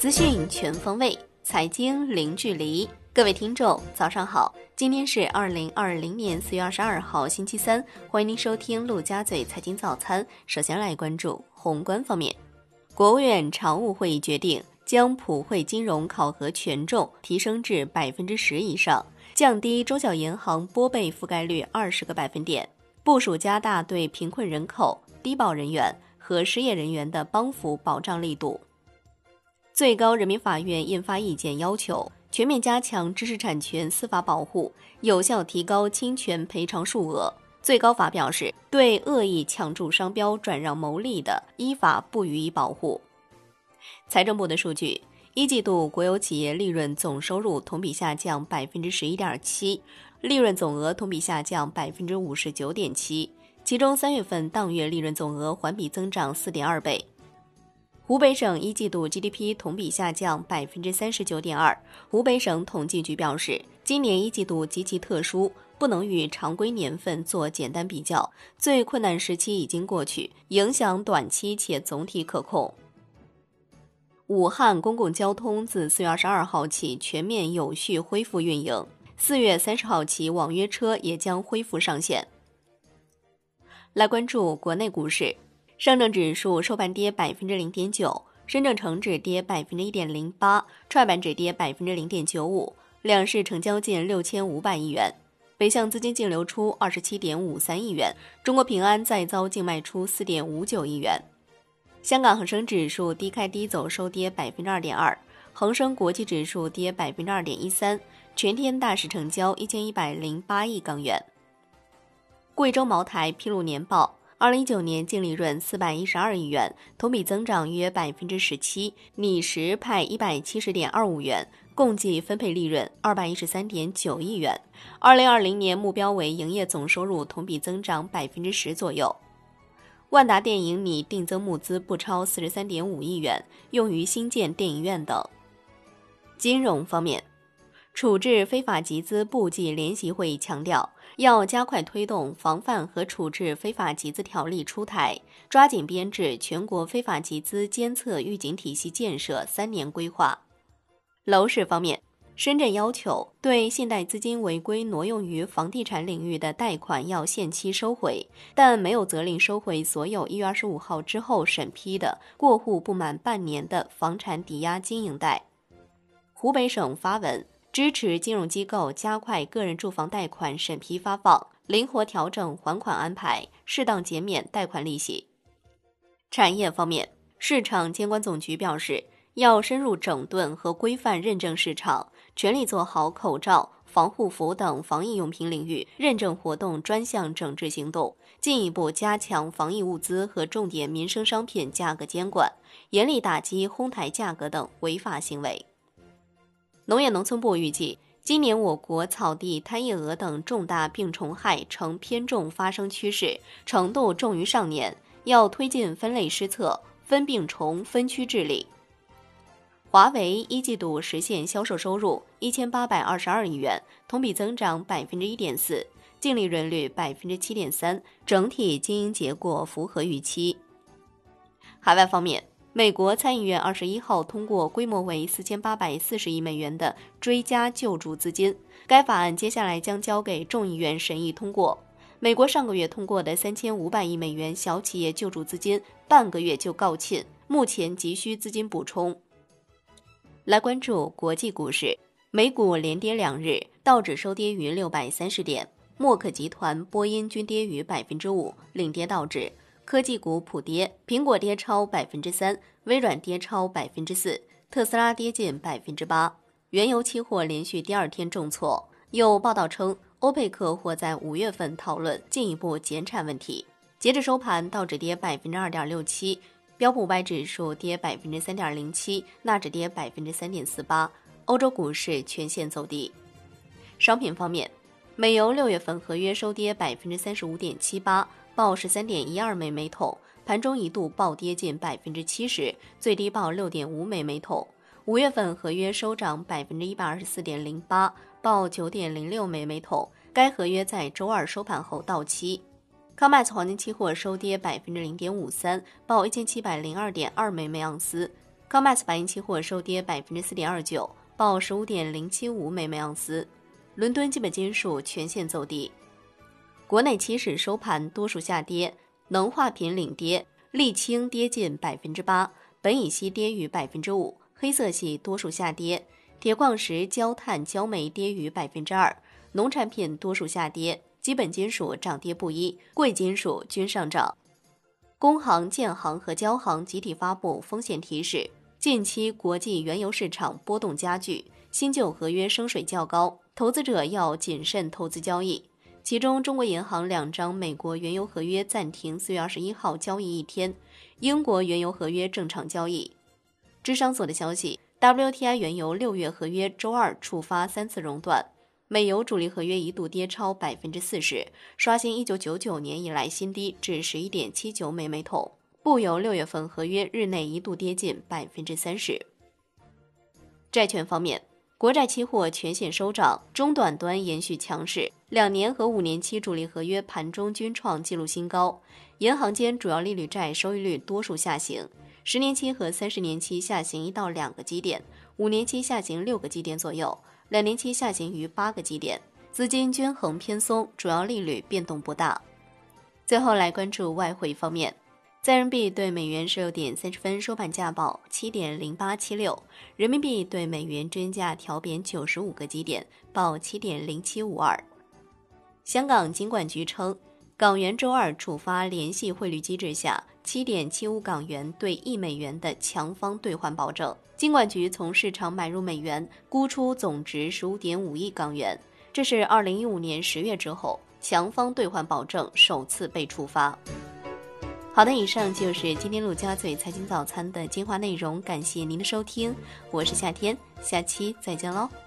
资讯全方位，财经零距离。各位听众，早上好！今天是2020年4月22号，星期三，欢迎您收听陆家嘴财经早餐。首先来关注宏观方面，国务院常务会议决定将普惠金融考核权重提升至10%以上，降低中小银行拨备覆盖率20个百分点，部署加大对贫困人口、低保人员和失业人员的帮扶保障力度。最高人民法院印发意见，要求全面加强知识产权司法保护，有效提高侵权赔偿数额。最高法表示，对恶意抢注商标转让牟利的，依法不予以保护。财政部的数据，一季度国有企业利润总收入同比下降 11.7%， 利润总额同比下降 59.7%， 其中3月份当月利润总额环比增长 4.2 倍。湖北省一季度 GDP 同比下降 39.2%。 湖北省统计局表示，今年一季度极其特殊，不能与常规年份做简单比较，最困难时期已经过去，影响短期且总体可控。武汉公共交通自4月22号起全面有序恢复运营，4月30号起网约车也将恢复上线。来关注国内股市，上证指数收盘跌 0.9%， 深证成指跌 1.08%， 创业板指跌 0.95%， 两市成交近6500亿元，北向资金净流出 27.53 亿元，中国平安再遭净卖出 4.59 亿元。香港恒生指数低开低走，收跌 2.2%， 恒生国际指数跌 2.13%， 全天大市成交1108亿港元。贵州茅台披露年报，2019年净利润412亿元，同比增长约 17%， 拟时派 170.25 元，共计分配利润 213.9 亿元。2020年目标为营业总收入同比增长 10% 左右。万达电影拟定增募资不超 43.5 亿元，用于新建电影院等。金融方面，处置非法集资部际联席会议强调，要加快推动防范和处置非法集资条例出台，抓紧编制全国非法集资监测预警体系建设3年规划。楼市方面，深圳要求对信贷资金违规挪用于房地产领域的贷款要限期收回，但没有责令收回所有1月25号之后审批的过户不满半年的房产抵押经营贷。湖北省发文支持金融机构加快个人住房贷款审批发放，灵活调整还款安排，适当减免贷款利息。产业方面，市场监管总局表示，要深入整顿和规范认证市场，全力做好口罩、防护服等防疫用品领域认证活动专项整治行动，进一步加强防疫物资和重点民生商品价格监管，严厉打击哄抬价格等违法行为。农业农村部预计，今年我国草地贪叶蛾等重大病虫害呈偏重发生趋势，程度重于上年，要推进分类施策、分病虫分区治理。华为一季度实现销售收入1822亿元，同比增长 1.4%， 净利润率 7.3%， 整体经营结果符合预期。海外方面，美国参议院21号通过规模为4840亿美元的追加救助资金，该法案接下来将交给众议院审议通过。美国上个月通过的3500亿美元小企业救助资金半个月就告罄，目前急需资金补充。来关注国际股市，美股连跌2日，道指收跌逾630点，默克集团、波音均跌逾 5%， 领跌道指。科技股普跌，苹果跌超 3%， 微软跌超 4%， 特斯拉跌近 8%。 原油期货连续第2天重挫，有报道称欧佩克或在5月份讨论进一步减产问题。截至收盘，道指跌 2.67%， 标普500指数跌 3.07%， 纳指跌 3.48%。 欧洲股市全线走低。商品方面，美油6月份合约收跌 35.78%，报13.12美每桶，盘中一度暴跌近 70%， 最低报 6.5美每桶。5月份合约收涨 124.08%， 报 9.06美每桶，该合约在周二收盘后到期。康麦斯黄金期货收跌 0.53%， 报 1702.2美每盎司。 COMEX 白银期货收跌4.29%，报15.075每盎司。伦敦基本金属全线走低。国内期指收盘多数下跌，能化品领跌，沥青跌近8%，苯乙烯跌逾5%，黑色系多数下跌，铁矿石、焦炭、焦煤跌逾2%，农产品多数下跌，基本金属涨跌不一，贵金属均上涨。工行、建行和交行集体发布风险提示，近期国际原油市场波动加剧，新旧合约升水较高，投资者要谨慎投资交易。其中，中国银行2张美国原油合约暂停4月21号交易1天，英国原油合约正常交易。芝商所的消息 ，WTI 原油6月合约周二触发3次熔断，美油主力合约一度跌超40%，刷新1999年以来新低至11.79每桶。布油6月份合约日内一度跌近30%。债券方面，国债期货全线收涨，中短端延续强势，2年和5年期主力合约盘中均创纪录新高。银行间主要利率债收益率多数下行，10年期和30年期下行1到2个基点，5年期下行6个基点左右，2年期下行逾8个基点，资金均衡偏松，主要利率变动不大。最后来关注外汇方面。在人民币对美元16点30分收盘价报7.0876，人民币对美元之间价调贬95个基点，报7.0752。香港金管局称，港元周二触发联系汇率机制下7.75港元兑1美元的强方兑换保证，金管局从市场买入美元，沽出总值15.5亿港元，这是2015年10月之后强方兑换保证首次被触发。好的，以上就是今天陆家嘴财经早餐的精华内容，感谢您的收听，我是夏天，下期再见喽。